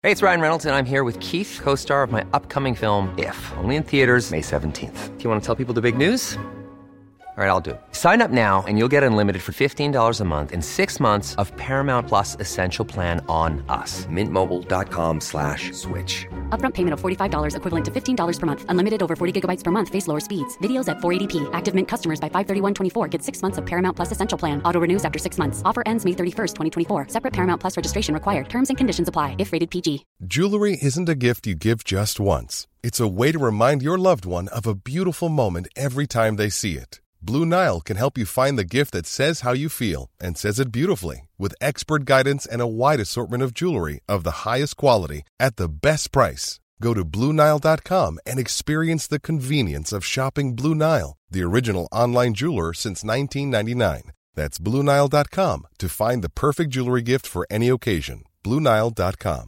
Hey, it's Ryan Reynolds, and I'm here with Keith, co-star of my upcoming film, If, only in theaters May 17th. Do you want to tell people the big news? All right, I'll do it. Sign up now and you'll get unlimited for $15 a month and 6 months of Paramount Plus Essential Plan on us. MintMobile.com/switch. Upfront payment of $45 equivalent to $15 per month. Unlimited over 40 gigabytes per month. Face lower speeds. Videos at 480p. Active Mint customers by 531.24 get 6 months of Paramount Plus Essential Plan. Auto renews after 6 months. Offer ends May 31st, 2024. Separate Paramount Plus registration required. Terms and conditions apply if rated PG. Jewelry isn't a gift you give just once. It's a way to remind your loved one of a beautiful moment every time they see it. Blue Nile can help you find the gift that says how you feel and says it beautifully, with expert guidance and a wide assortment of jewelry of the highest quality at the best price. Go to BlueNile.com and experience the convenience of shopping Blue Nile, the original online jeweler since 1999. That's BlueNile.com to find the perfect jewelry gift for any occasion. BlueNile.com.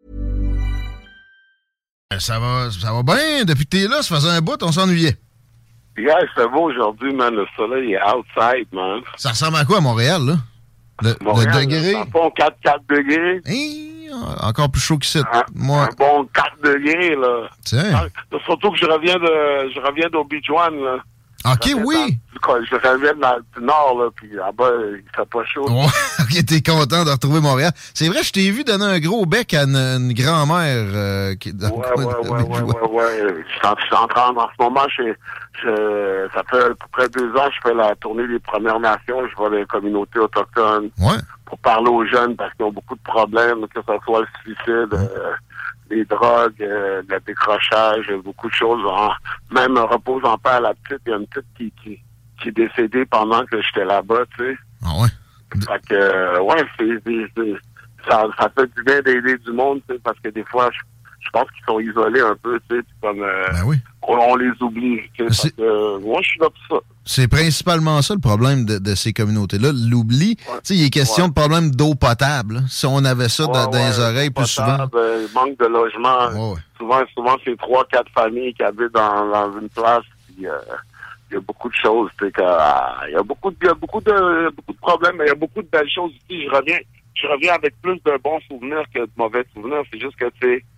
Ça va bien. Depuis que t'es là, ça faisait un bout, on s'ennuyait. Yeah, c'est beau aujourd'hui, man. Le soleil est outside, man. Ça ressemble à quoi à Montréal, là? Montréal, le degré? Un bon 4 degrés. Encore plus chaud qu'ici. Un bon 4 degrés, là. Tiens. Surtout que je reviens d'Obidjouane, là. OK, oui. Je reviens du nord, là, puis là-bas, il fait pas chaud. Ouais, OK, t'es content de retrouver Montréal. C'est vrai, je t'ai vu donner un gros bec à une grand-mère qui est dans Ouais. Je suis en train, en ce moment, ça fait à peu près 2 ans, je fais la tournée des Premières Nations. Je vois les communautés autochtones. Ouais. Pour parler aux jeunes, parce qu'ils ont beaucoup de problèmes, que ce soit le suicide, les drogues, le décrochage, beaucoup de choses. Même repose en paix à la petite. Il y a une petite qui est décédée pendant que j'étais là-bas, tu sais. Ah ouais? Fait que, ouais, ça fait du bien d'aider du monde, tu sais, parce que des fois, je pense qu'ils sont isolés un peu, tu sais, comme ben oui. on les oublie. Tu sais, moi, je suis là pour ça. C'est principalement ça le problème de ces communautés-là, l'oubli. Tu sais, il est question de problème d'eau potable. Là. Si on avait ça dans les oreilles plus souvent. Manque de logement. Souvent, c'est 3-4 familles qui habitent dans une place. Puis, il y a beaucoup de choses. Il y a beaucoup de problèmes, mais il y a beaucoup de belles choses ici. Je reviens avec plus de bons souvenirs que de mauvais souvenirs. C'est juste que, tu sais,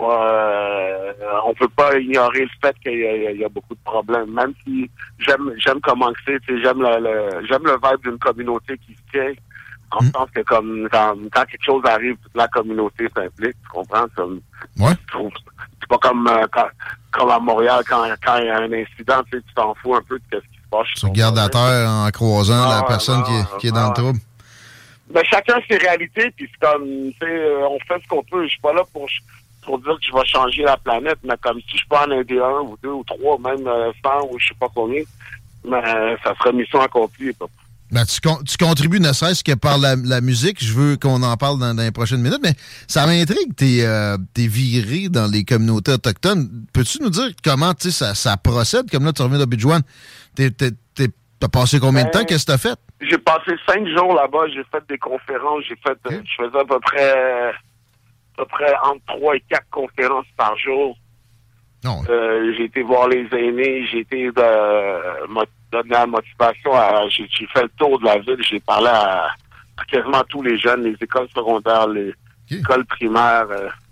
on peut pas ignorer le fait qu'il y a beaucoup de problèmes. Même si j'aime comment c'est, tu sais, j'aime le vibe d'une communauté qui se tient. En sens que comme quand quelque chose arrive, toute la communauté s'implique, tu comprends? Ouais. C'est pas comme à Montréal, quand il y a un incident, tu sais, tu t'en fous un peu de ce qui se passe. Tu regardes à terre en croisant la personne qui est dans le trouble. Ben, chacun ses réalités, puis c'est comme, tu sais, on fait ce qu'on peut. Je suis pas là pour dire que je vais changer la planète, mais comme si je peux en aider 1 ou 2 ou 3, même 100 ou je sais pas combien, mais ça serait mission accomplie. Ben, tu contribues ne serait-ce que par la musique. Je veux qu'on en parle dans les prochaines minutes, mais ça m'intrigue. T'es viré dans les communautés autochtones. Peux-tu nous dire comment ça procède? Comme là, tu reviens d'Obidjouane. T'as passé combien de temps? Qu'est-ce que t'as fait? J'ai passé 5 jours là-bas. J'ai fait des conférences. Je faisais à peu près entre 3 et 4 conférences par jour. Non. J'ai été voir les aînés. J'ai été donner la motivation. J'ai fait le tour de la ville. J'ai parlé à quasiment tous les jeunes, les écoles secondaires, les écoles primaires.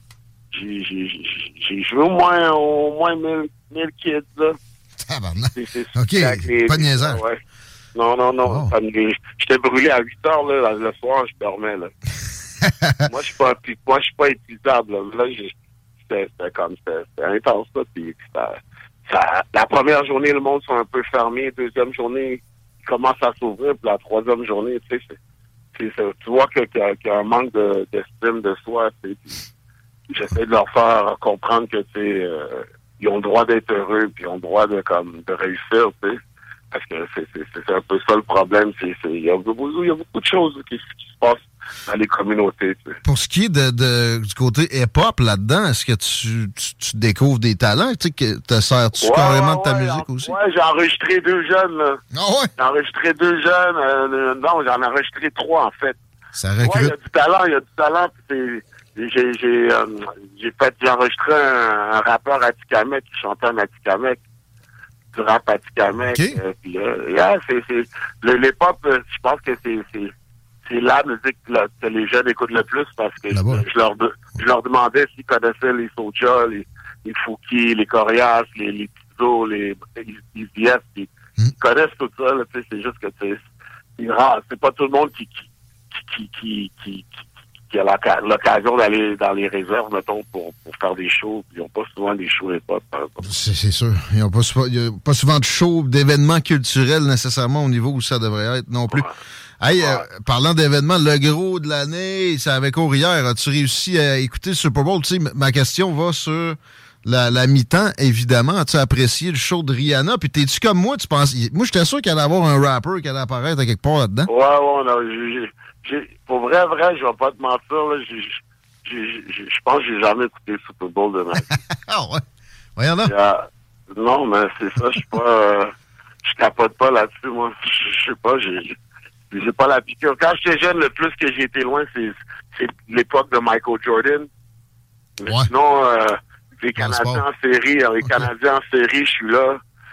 J'ai joué au moins 1000 kids, là. Tabarnak. OK, pas de niaisage. Ouais. Non. Oh. J'étais brûlé à 8 heures, là, le soir, je dormais, là. Moi, je suis pas épuisable, là. C'était intense, là. Puis la première journée, le monde sont un peu fermés. Deuxième journée, ils commencent à s'ouvrir. Puis la troisième journée, tu sais, tu vois qu'il y a un manque d'estime de soi. J'essaie de leur faire comprendre que, tu sais, ils ont le droit d'être heureux, puis ils ont le droit de réussir, tu sais. Parce que c'est un peu ça le problème. Il y a beaucoup de choses qui se passent dans les communautés. Tu sais. Pour ce qui est du côté hip-hop là-dedans, est-ce que tu découvres des talents? Tu sais, te sers-tu carrément de ta musique aussi? Ouais, j'ai enregistré 2 jeunes. Là. Ah ouais? J'ai enregistré 2 jeunes. Non, j'en ai enregistré 3 en fait. Ça recrute. Ouais, il y a du talent. J'ai enregistré un rappeur atikamekw qui chantait en atikamekw. Du rap atikamekw. Okay. Puis l'hip-hop, je pense que c'est la musique que les jeunes écoutent le plus parce que je leur demandais s'ils connaissaient les Soulja, les Fouki, les Corias, les Tizo, les Easy F, ils connaissent tout ça, là, c'est juste que c'est rare. C'est pas tout le monde qui a l'occasion d'aller dans les réserves, mettons, pour faire des shows. Ils n'ont pas souvent des shows hip-hop, par exemple. C'est sûr. Il n'y a pas souvent de shows, d'événements culturels nécessairement au niveau où ça devrait être non plus. Ouais. Hey, parlant d'événements, le gros de l'année, c'est avec Hier. As-tu réussi à écouter le Super Bowl? Tu sais, ma question va sur la mi-temps, évidemment. As-tu apprécié le show de Rihanna? Puis t'es-tu comme moi? Tu penses? Moi, j'étais sûr qu'il allait y avoir un rapper qui allait apparaître à quelque part là-dedans. Ouais, pour vrai, je vais pas te mentir, là, je pense que j'ai jamais écouté le Super Bowl de ma vie. Ah ouais? Voyons là. Non, mais c'est ça, je suis pas... je capote pas là-dessus, moi. Je sais pas, j'ai pas la piqûre. Quand j'étais jeune, le plus que j'ai été loin, c'est l'époque de Michael Jordan. Mais sinon, les Canadiens en série, je suis là.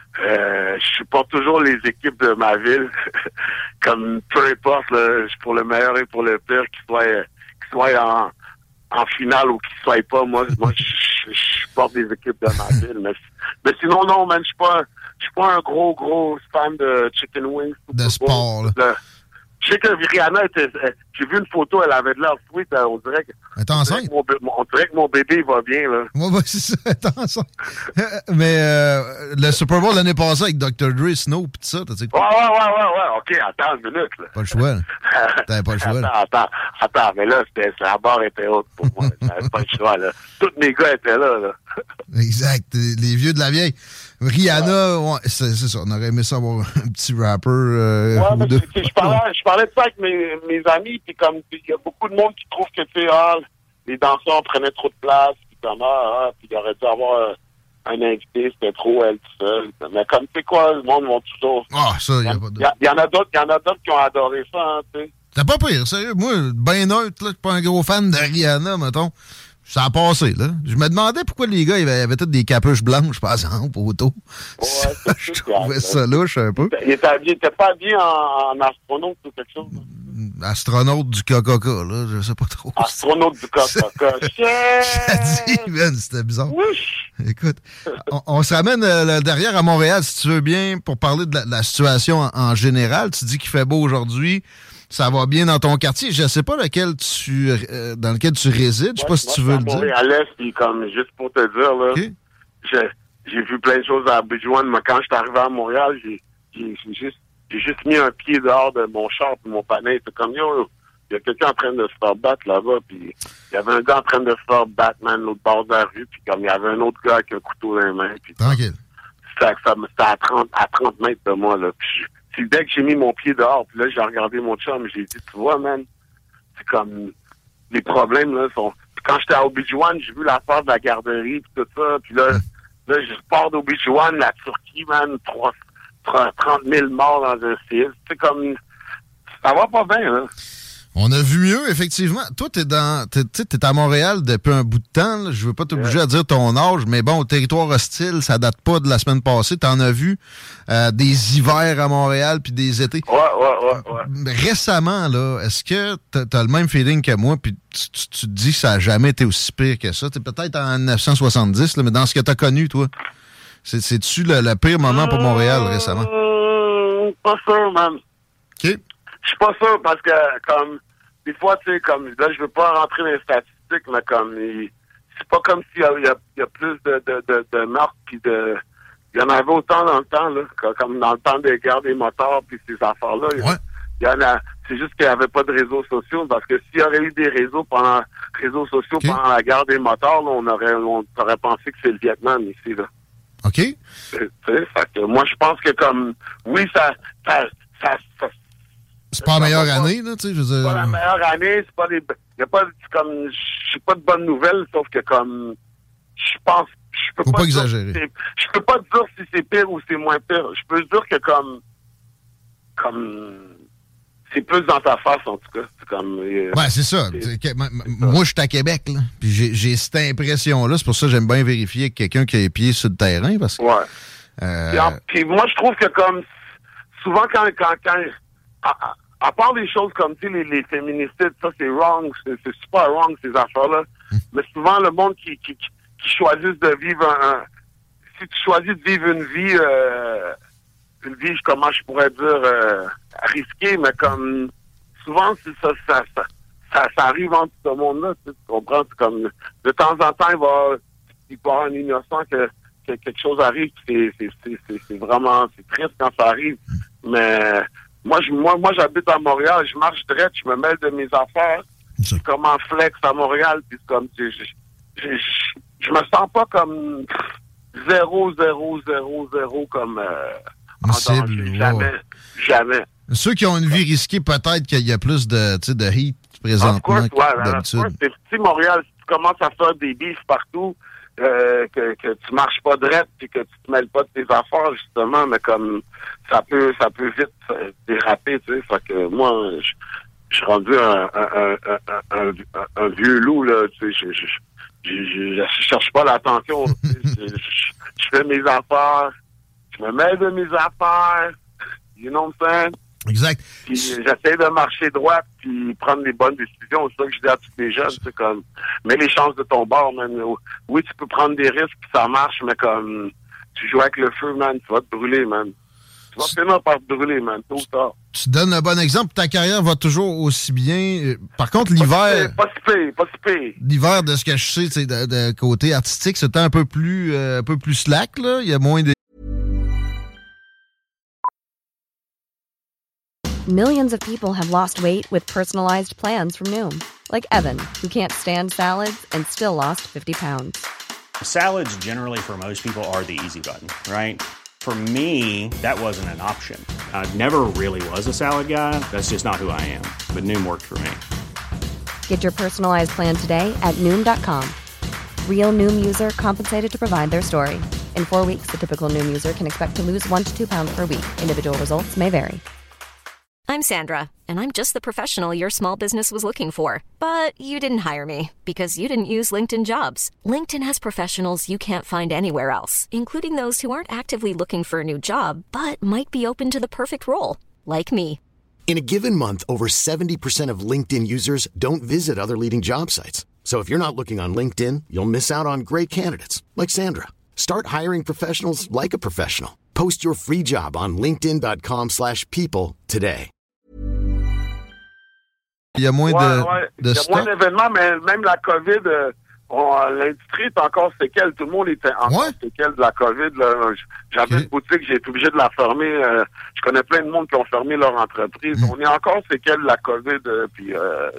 Je supporte toujours les équipes de ma ville. Comme peu importe, là, pour le meilleur et pour le pire, qu'ils soient en finale ou qu'ils soient pas, moi je supporte les équipes de ma ville. Mais sinon, non, man, je suis pas un gros fan de chicken wings. De sport, là. Je sais que Rihanna j'ai vu une photo, elle avait de l'air sweet, on dirait que... Elle est enceinte? On dirait que mon bébé va bien, là. Ouais, c'est ça, elle est enceinte. Mais le Super Bowl l'année passée avec Dr. Dre, Snoop pis tout ça, t'as dit quoi? Ouais. OK, attends une minute, là. Pas le choix, là. T'avais pas le choix, là. Attends, mais là, la barre était haute pour moi. J'avais pas le choix, là. Tous mes gars étaient là. Exact. Les vieux de la vieille. Rihanna, ouais, c'est ça. On aurait aimé ça avoir un petit rapper. Mais je parlais de ça avec mes amis, puis comme il y a beaucoup de monde qui trouve que les danseurs prenaient trop de place, puis puis il aurait dû avoir un invité, c'était trop elle tout seul. Mais comme tu sais quoi, le monde va toujours. Ça, il y a pas de. Il y en a d'autres qui ont adoré ça, hein, tu sais. C'est pas pire, sérieux. Moi, ben neutre, là, je suis pas un gros fan de Rihanna, mettons. Ça a passé, là. Je me demandais pourquoi les gars, ils avaient toutes des capuches blanches, par exemple, auto. Ouais, je trouvais ça louche un peu. Il était pas habillé en astronaute ou quelque chose? Astronaute du Coca-Cola, là, je sais pas trop. Astronaute du Coca-Cola. Je dit, man, c'était bizarre. Écoute, on se ramène derrière à Montréal, si tu veux bien, pour parler de la situation en général. Tu dis qu'il fait beau aujourd'hui. Ça va bien dans ton quartier. Je sais pas dans lequel tu résides. Je sais pas si tu veux le dire. À l'Est, puis comme juste pour te dire, là, j'ai vu plein de choses à Bridgewater. Moi, quand je suis arrivé à Montréal, j'ai juste mis un pied dehors de mon char puis mon panneau. C'est comme, il y a quelqu'un en train de se faire battre là-bas, puis il y avait un gars en train de se faire battre, man, l'autre bord de la rue, puis comme il y avait un autre gars avec un couteau dans les mains. Puis tranquille. C'était à 30 mètres de moi, là. Puis dès que j'ai mis mon pied dehors, puis là, j'ai regardé mon chum, j'ai dit, tu vois, man, c'est comme, les problèmes, là, sont... Puis quand j'étais à Obidjouane, j'ai vu l'affaire de la garderie, puis tout ça, puis là, je pars d'Obidjouane, la Turquie, man, 30 000 morts dans un site. C'est comme, ça va pas bien, là. On a vu mieux, effectivement. Toi, t'es à Montréal depuis un bout de temps. Là. Je veux pas t'obliger à dire ton âge, mais bon, au territoire hostile, ça date pas de la semaine passée. T'en as vu des hivers à Montréal puis des étés. Ouais. Récemment, là, est-ce que t'as le même feeling que moi puis tu te dis que ça a jamais été aussi pire que ça? T'es peut-être en 1970, là, mais dans ce que t'as connu, toi, c'est-tu le pire moment pour Montréal récemment? Pas sûr, man. OK. Je suis pas sûr parce que, comme, des fois, tu sais, comme, là, je veux pas rentrer dans les statistiques, mais comme, c'est pas comme s'il y a plus de meurtres pis de... Il y en avait autant dans le temps, là, comme dans le temps des guerres des motards pis ces affaires-là. Il y en a... C'est juste qu'il y avait pas de réseaux sociaux, parce que s'il y aurait eu des réseaux pendant la guerre des motards, là, on aurait pensé que c'est le Vietnam ici, là. OK. Tu sais, fait que moi, je pense que comme, oui, ça c'est pas la meilleure année, là, tu sais, je veux dire. C'est pas la meilleure année, c'est pas des... Y a pas, comme, j'ai pas de bonnes nouvelles, sauf que comme, je pense, je peux pas exagérer. Je peux pas dire si c'est pire ou c'est moins pire. Je peux dire que comme, c'est plus dans ta face, en tout cas. C'est comme... Ouais, c'est ça. Moi, je suis à Québec, là. Puis j'ai cette impression-là. C'est pour ça que j'aime bien vérifier quelqu'un qui a les pieds sur le terrain, parce que... Ouais. Puis moi, je trouve que comme, souvent, quand à part des choses comme, tu sais, les féminicides, ça, c'est wrong, c'est super wrong, ces affaires-là. Mais souvent, le monde qui choisissent de vivre si tu choisis de vivre une vie, comment je pourrais dire, risquée, mais comme, souvent, ça arrive entre ce monde-là, tu comprends? C'est comme, de temps en temps, il va y avoir un innocent que quelque chose arrive, c'est vraiment, c'est triste quand ça arrive. Mais, moi, j'habite à Montréal, je marche direct, je me mêle de mes affaires, je suis comme en flex à Montréal, puis c'est comme, je me sens pas comme 0 comme, en danger. Jamais. Ceux qui ont une vie risquée, peut-être qu'il y a plus de heat présentement que d'habitude. Si Montréal, si tu commences à faire des bifs partout, que tu marches pas droit puis que tu te mêles pas de tes affaires, justement, mais comme ça peut vite déraper, tu sais. Fait que moi, je suis rendu un vieux loup, là, tu sais, je cherche pas l'attention. Je fais mes affaires, je me mêle de mes affaires, you know what I'm saying? Exact. Puis j'essaie de marcher droit puis prendre les bonnes décisions. C'est ça que je dis à tous les jeunes, c'est comme, mets les chances de ton bord, man. Oui, tu peux prendre des risques puis ça marche, mais comme, tu joues avec le feu, man, tu vas te brûler, man. Tu vas finir par te brûler, man, tôt ou tard. Tu donnes un bon exemple, ta carrière va toujours aussi bien. Par contre, l'hiver... Pas si pire. L'hiver, de ce que je sais, c'est de côté artistique, c'était un peu plus slack, là. Il y a moins de... Millions of people have lost weight with personalized plans from Noom. Like Evan, who can't stand salads and still lost 50 pounds. Salads generally for most people are the easy button, right? For me, that wasn't an option. I never really was a salad guy. That's just not who I am. But Noom worked for me. Get your personalized plan today at Noom.com. Real Noom user compensated to provide their story. In 4 weeks, the typical Noom user can expect to lose 1 to 2 pounds per week. Individual results may vary. I'm Sandra, and I'm just the professional your small business was looking for. But you didn't hire me because you didn't use LinkedIn Jobs. LinkedIn has professionals you can't find anywhere else, including those who aren't actively looking for a new job, but might be open to the perfect role, like me. In a given month, over 70% of LinkedIn users don't visit other leading job sites. So if you're not looking on LinkedIn, you'll miss out on great candidates, like Sandra. Start hiring professionals like a professional. Post your free job on linkedin.com/people today. Il y a moins de stock. Il y a moins d'événements, mais même la COVID, l'industrie est encore séquelle. Tout le monde était encore séquelle de la COVID. Là. J'avais une boutique, j'ai été obligé de la fermer. Je connais plein de monde qui ont fermé leur entreprise. On est encore séquelle de la COVID. Puis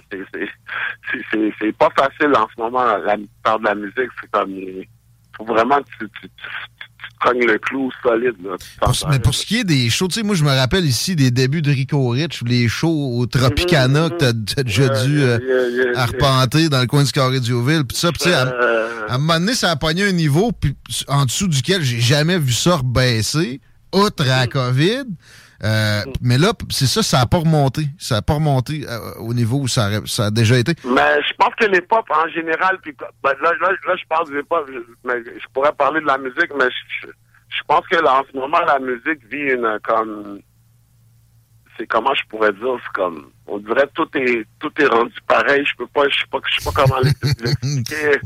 c'est pas facile en ce moment, faire de la musique. C'est comme... faut vraiment que tu cognes le clou solide. Là, mais pour ce qui est des shows, tu sais, moi, je me rappelle ici des débuts de Rico Rich, les shows au Tropicana que t'as déjà dû arpenter dans le coin du Carré Diouville. Puis ça, tu sais, à un moment donné, ça a pogné un niveau en dessous duquel j'ai jamais vu ça baisser, outre à la COVID. Mais là, c'est ça n'a pas remonté. Ça n'a pas remonté au niveau où ça a déjà été. Mais je pense que les pop en général, puis là, je parle des pop, mais je pourrais parler de la musique, mais je pense que là, en ce moment, la musique vit une comme... C'est comment je pourrais dire, c'est comme... On dirait tout est rendu pareil. Je sais pas comment l'expliquer.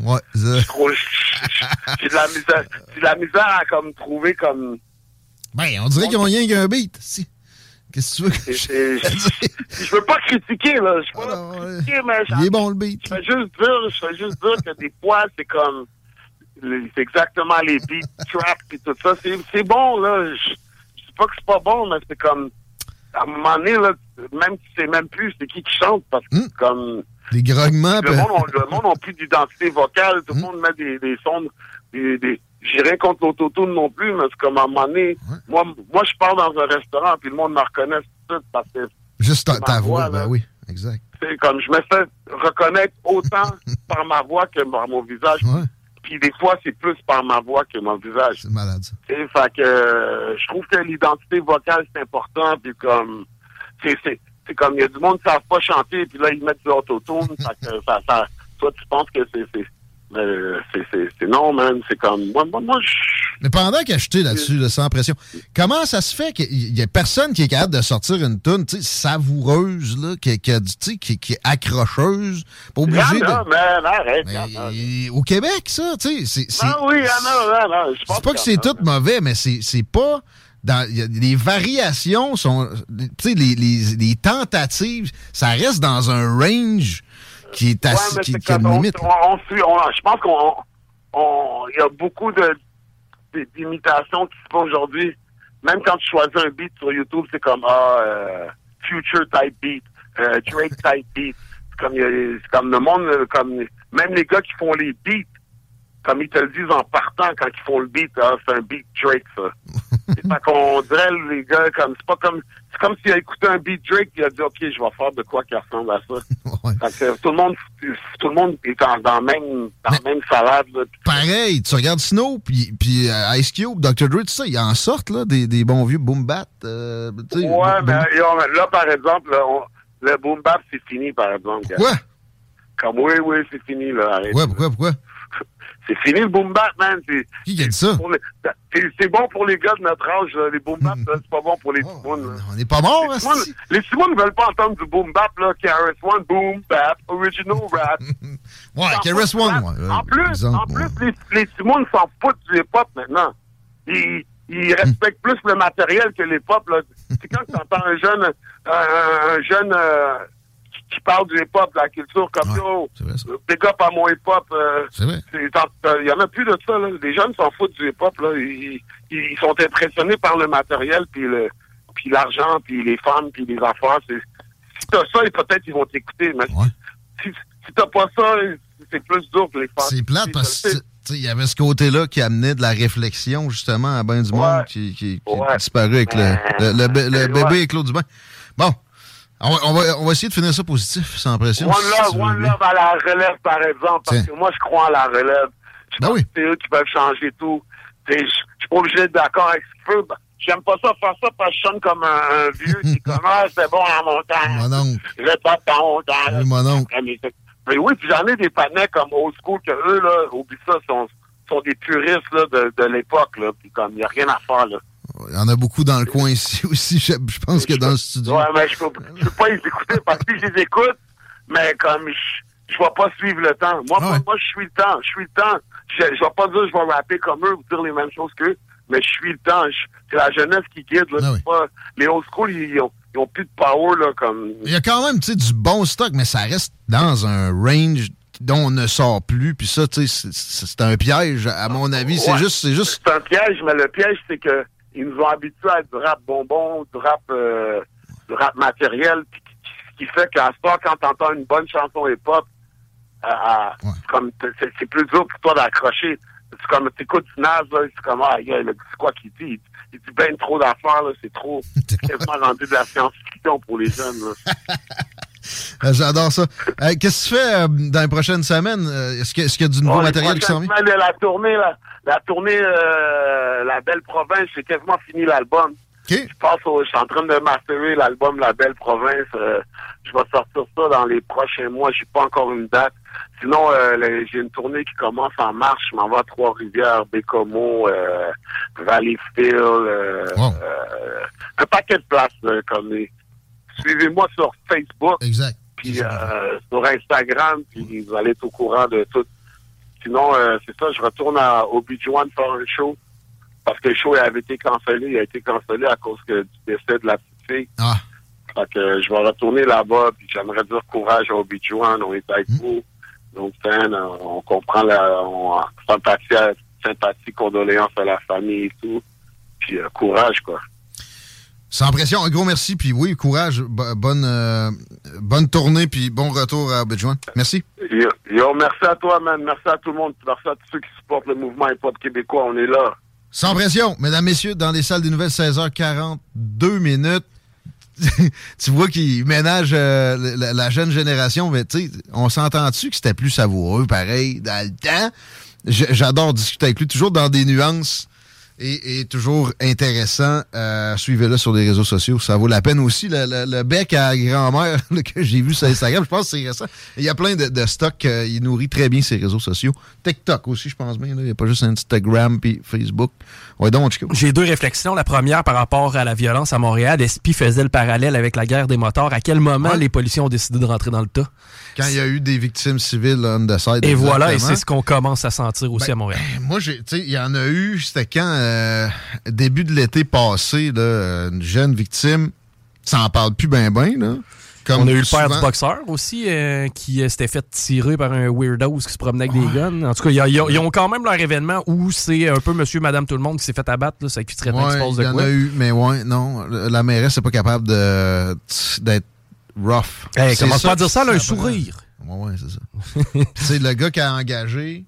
J'ai de la misère à comme trouver comme... Ben, on dirait qu'ils n'ont rien qu'un beat. Si. Qu'est-ce que tu veux que je veux pas critiquer, là. Je veux pas critiquer, mais... Il est bon, le beat. Je veux juste dire que des fois, c'est comme... C'est exactement les beats, trap et tout ça. C'est bon, là. Je dis pas que c'est pas bon, mais c'est comme... À un moment donné, là, même si c'est même plus c'est qui chante, parce que comme... Des grognements. Le monde n'a plus d'identité vocale. Tout le monde met des sons... J'ai rien contre l'autotune non plus, mais c'est comme à un moment donné, moi, je pars dans un restaurant, puis le monde me reconnaît tout parce que... Juste ta voix, ben oui, exact. C'est comme, je me fais reconnaître autant par ma voix que par mon visage. Ouais. Puis des fois, c'est plus par ma voix que mon visage. C'est malade, ça. Fait que je trouve que l'identité vocale, c'est important, puis comme... C'est comme, il y a du monde qui ne savent pas chanter, puis là, ils mettent du autotune, fait que toi, tu penses que c'est non, man, c'est comme... Moi, Mais pendant qu'il a acheté là-dessus, là, sans pression, comment ça se fait qu'il y a personne qui est capable de sortir une toune savoureuse, là, qui est accrocheuse, pas obligé de... arrête. Au Québec, ça, tu sais, c'est... Ah oui, non. C'est pas que c'est tout mauvais, mais c'est pas... Les variations sont... Tu sais, les tentatives, ça reste dans un range qui est assez... qui a une limite. Je pense il y a beaucoup d'imitations qui se font aujourd'hui. Même quand tu choisis un beat sur YouTube, c'est comme Future type beat, Drake type beat. C'est comme le monde, comme même les gars qui font les beats, comme ils te le disent en partant quand ils font le beat, c'est un beat Drake, ça. C'est pas qu'on dirait les gars comme c'est comme s'il a écouté un beat Drake et il a dit OK, je vais faire de quoi qui ressemble à ça. Ouais. Tout le monde est dans la même salade. Là. Pareil, tu regardes Snow puis Ice Cube, Dr. Dre, tout ça, ils en sortent là des bons vieux boom bap. Ouais, mais là par exemple, le boom bap c'est fini par exemple. Quoi? Comme oui, c'est fini là. Arrête, Pourquoi? C'est fini le boom bap, man. Qui a dit ça? C'est bon pour les gars de notre âge, là. Les boom bap, c'est pas bon pour les Timounes. On n'est pas morts, les Timounes ne veulent pas entendre du boom bap, là. KRS-One, boom bap, original rap. Ouais, KRS-One, En plus, les Timounes s'en foutent du hip-hop maintenant. Ils respectent plus le matériel que l'hip-hop, là. C'est quand tu entends un jeune qui parle du hip-hop, de la culture, comme big up à mon hip-hop. C'est vrai. Il y en a plus de ça, là. Les jeunes s'en foutent du hip-hop, là. Ils sont impressionnés par le matériel, puis l'argent, puis les femmes, puis les affaires. Si t'as ça, peut-être ils vont t'écouter. Mais si t'as pas ça, c'est plus dur que les femmes. C'est plate parce que il y avait ce côté-là qui amenait de la réflexion, justement, à ben du monde qui a disparu avec le bébé avec Claude Dubin. Bon. On va essayer de finir ça positif, sans pression. One love à la relève, par exemple, parce que moi, je crois à la relève. C'est eux qui peuvent changer tout. Je suis pas obligé d'être d'accord avec ce qu'ils veulent. J'aime pas ça, faire ça, parce que je sonne comme un vieux qui commence, c'est bon à mon temps. Mon oncle. Je répète ton temps. Oui, mon oncle. Mais oui, puis j'en ai des panais comme old school que eux, là, oublie ça, sont des puristes là, de l'époque, là, puis comme, il n'y a rien à faire, là. Il y en a beaucoup dans le coin ici aussi, je pense que dans le studio. Ouais, mais je peux pas les écouter parce que je les écoute, mais comme je vais pas suivre le temps. Moi, je suis le temps. Je vais pas dire que je vais rapper comme eux ou dire les mêmes choses qu'eux, mais je suis le temps. C'est la jeunesse qui guide, là. Pas, les old school, ils ont plus de power, là, comme. Il y a quand même, tu sais, du bon stock, mais ça reste dans un range dont on ne sort plus, puis ça, tu sais, c'est un piège, à mon avis. C'est juste. C'est un piège, mais le piège, c'est que ils nous ont habitués à du rap bonbon, du rap matériel, ce qui fait qu'à ce temps, quand t'entends une bonne chanson hip-hop, comme c'est plus dur pour toi d'accrocher. C'est comme t'écoutes Naz, là, c'est comme c'est quoi qu'il dit? Il dit ben trop d'affaires, là, c'est trop. C'est quasiment rendu de la science-fiction pour les jeunes, là. J'adore ça. Qu'est-ce que tu fais dans les prochaines semaines? Est-ce qu'il y a du nouveau matériel qui s'en vient? La tournée La Belle Province, j'ai quasiment fini l'album. Okay. Je suis en train de masterer l'album La Belle Province. Je vais sortir ça dans les prochains mois. J'ai pas encore une date. Sinon, j'ai une tournée qui commence en mars. Je m'en vais à Trois-Rivières, Bécomo, Valleyfield, un paquet de places. Suivez-moi sur Facebook. Exact. Puis sur Instagram, puis vous allez être au courant de tout. Sinon, c'est ça, je retourne à Obidjouan faire un show. Parce que le show avait été cancellé. Il a été cancellé à cause du décès de la petite fille. Fait que je vais retourner là-bas, puis j'aimerais dire courage à Obidjouan. On est avec vous. Donc, on comprend sympathie, condoléances à la famille et tout. Puis courage, quoi. Sans pression, un gros merci, puis oui, courage, bonne tournée, puis bon retour à Obidjouan. Merci. Yo, merci à toi, man. Merci à tout le monde. Merci à tous ceux qui supportent le mouvement hip-hop québécois. On est là. Sans pression, mesdames, messieurs, dans les salles des nouvelles, 16h42 minutes. Tu vois qu'ils ménagent la jeune génération, mais tu sais, on s'entend-tu que c'était plus savoureux, pareil, dans le temps? J'adore discuter avec lui, toujours dans des nuances Et toujours intéressant. Suivez-le sur les réseaux sociaux. Ça vaut la peine aussi. Le bec à grand-mère que j'ai vu sur Instagram, je pense que c'est récent. Il y a plein de stocks. Il nourrit très bien ses réseaux sociaux. TikTok aussi, je pense bien. Il n'y a pas juste Instagram puis Facebook. Ouais, donc, Chico. J'ai 2 réflexions. La première, par rapport à la violence à Montréal. SP faisait le parallèle avec la guerre des motards. À quel moment les policiers ont décidé de rentrer dans le tas? Quand il y a eu des victimes civiles on the side. Et voilà, et c'est ce qu'on commence à sentir aussi à Montréal. Moi, il y en a eu, c'était quand, début de l'été passé, là, une jeune victime, ça en parle plus ben, là. Comme on a eu le père du boxeur aussi, qui s'était fait tirer par un weirdo qui se promenait avec des guns. En tout cas, ils ont quand même leur événement où c'est un peu monsieur, madame, tout le monde qui s'est fait abattre, là, ça qui serait temps qu'il se passe de quoi. Il y en a eu, mais non, la mairesse n'est pas capable d'être rough. Hey, commence pas à dire ça, là, un sourire. Ouais, c'est ça. Tu sais, le gars qui a engagé,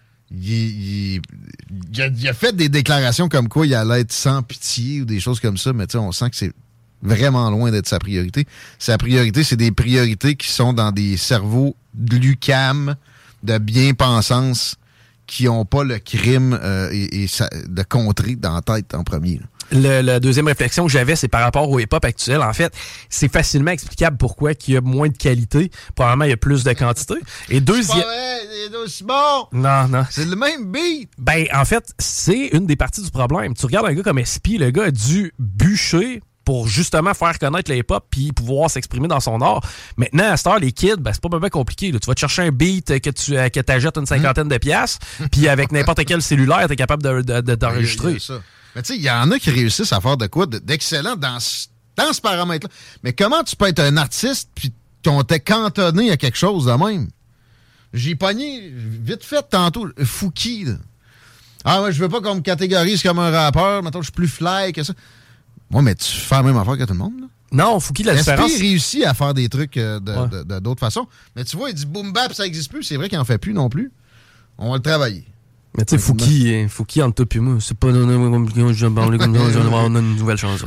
il a fait des déclarations comme quoi il allait être sans pitié ou des choses comme ça, mais tu sais, on sent que c'est vraiment loin d'être sa priorité. Sa priorité, c'est des priorités qui sont dans des cerveaux de l'UQAM, de bien-pensance, qui n'ont pas le crime et de contrer dans la tête en premier. La deuxième réflexion que j'avais, c'est par rapport au hip-hop actuel. En fait, c'est facilement explicable pourquoi il y a moins de qualité. Probablement, il y a plus de quantité. Et deuxième... C'est aussi bon! Non. C'est le même beat! Ben, en fait, c'est une des parties du problème. Tu regardes un gars comme SP, le gars a dû bûcher pour justement faire connaître le hip-hop puis pouvoir s'exprimer dans son art. Maintenant, à cette heure, les kids, ben, c'est pas vraiment compliqué. Là. Tu vas te chercher un beat que t'achètes une cinquantaine de piastres, puis avec n'importe quel cellulaire, t'es capable d'enregistrer. Mais tu sais, il y en a qui réussissent à faire de quoi d'excellent dans ce paramètre-là. Mais comment tu peux être un artiste puis qu'on t'ait cantonné à quelque chose de même? J'ai pogné vite fait tantôt Fouki. Là. Ah ouais, je veux pas qu'on me catégorise comme un rappeur. Maintenant, je suis plus fly que ça. Moi, mais tu fais la même affaire que tout le monde, là. Non, Fouki, la différence... SP réussit à faire des trucs d'autres façons. Mais tu vois, il dit boom bap, ça existe plus. C'est vrai qu'il en fait plus non plus. On va le travailler. Mais tu sais, Fouki, entre toi et moi, c'est pas compliqué, je vais parler comme ça, on a une nouvelle chanson.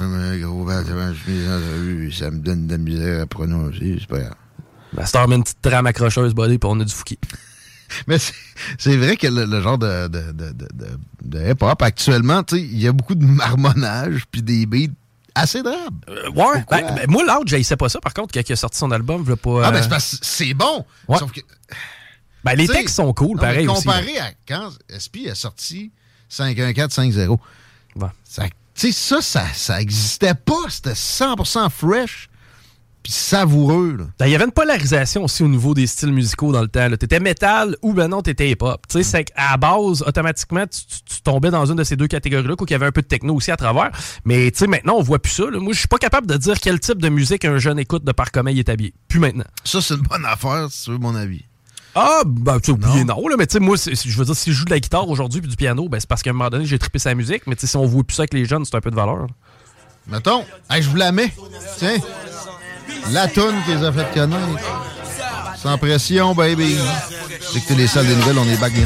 Ça me donne de la misère à prononcer, c'est pas grave. Ben, c'est une petite trame accrocheuse, buddy, puis on a du Fouki. Mais c'est vrai que le genre de hip-hop, actuellement, tu sais, il y a beaucoup de marmonnage puis des beats assez drables. Ouais. Ben, moi, l'autre, j'haïssais pas ça, par contre, quand il a sorti son album, je veux pas... Ah, ben c'est parce que c'est bon! Ouais. Sauf que... Ben, les textes sont cool, pareil aussi. Comparé à quand SP a sorti 5.1.4.5.0, ouais. Tu sais, ça existait pas. C'était 100% fresh puis savoureux. Il y avait une polarisation aussi au niveau des styles musicaux dans le temps. T'étais métal ou ben non, t'étais hip-hop. Tu sais, c'est qu'à la base, automatiquement, tu tombais dans une de ces deux catégories-là, qu'il y avait un peu de techno aussi à travers. Mais tu sais, maintenant, on voit plus ça. Là. Moi, je suis pas capable de dire quel type de musique un jeune écoute de par comment il est habillé. Plus maintenant. Ça, c'est une bonne affaire, si tu veux mon avis. Ah, ben, tu sais, oublié, non, là, mais tu sais, moi, je veux dire, si je joue de la guitare aujourd'hui puis du piano, ben, c'est parce qu'à un moment donné, j'ai trippé sa musique, mais tu sais, si on voit plus ça avec les jeunes, c'est un peu de valeur. Là. Mettons, hey, je vous la mets. Tiens, la toune qu'ils ont fait connaître. Sans pression, baby. C'est que t'es les salles des nouvelles, on est back bien.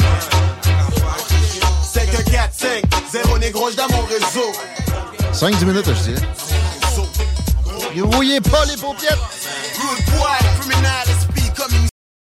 5, 4, 5, 0 négro, dans mon réseau. 5-10 minutes, je dirais. Rouillez pas les paupiètes. Rude boy.